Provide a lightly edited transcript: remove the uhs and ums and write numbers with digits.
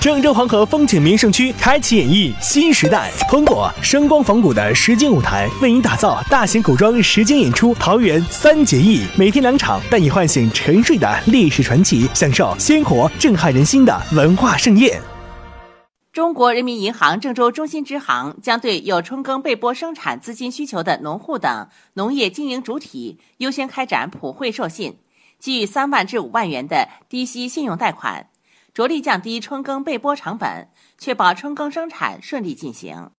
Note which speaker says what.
Speaker 1: 郑州黄河风景名胜区开启演绎新时代，通过声光仿古的实景舞台，为您打造大型古装实景演出《桃园三结义》，每天2场，带你唤醒沉睡的历史传奇，享受鲜活震撼人心的文化盛宴。
Speaker 2: 中国人民银行郑州中心支行将对有春耕备播生产资金需求的农户等农业经营主体优先开展普惠授信，给予3万至5万元的低息信用贷款，着力降低春耕备播成本，确保春耕生产顺利进行。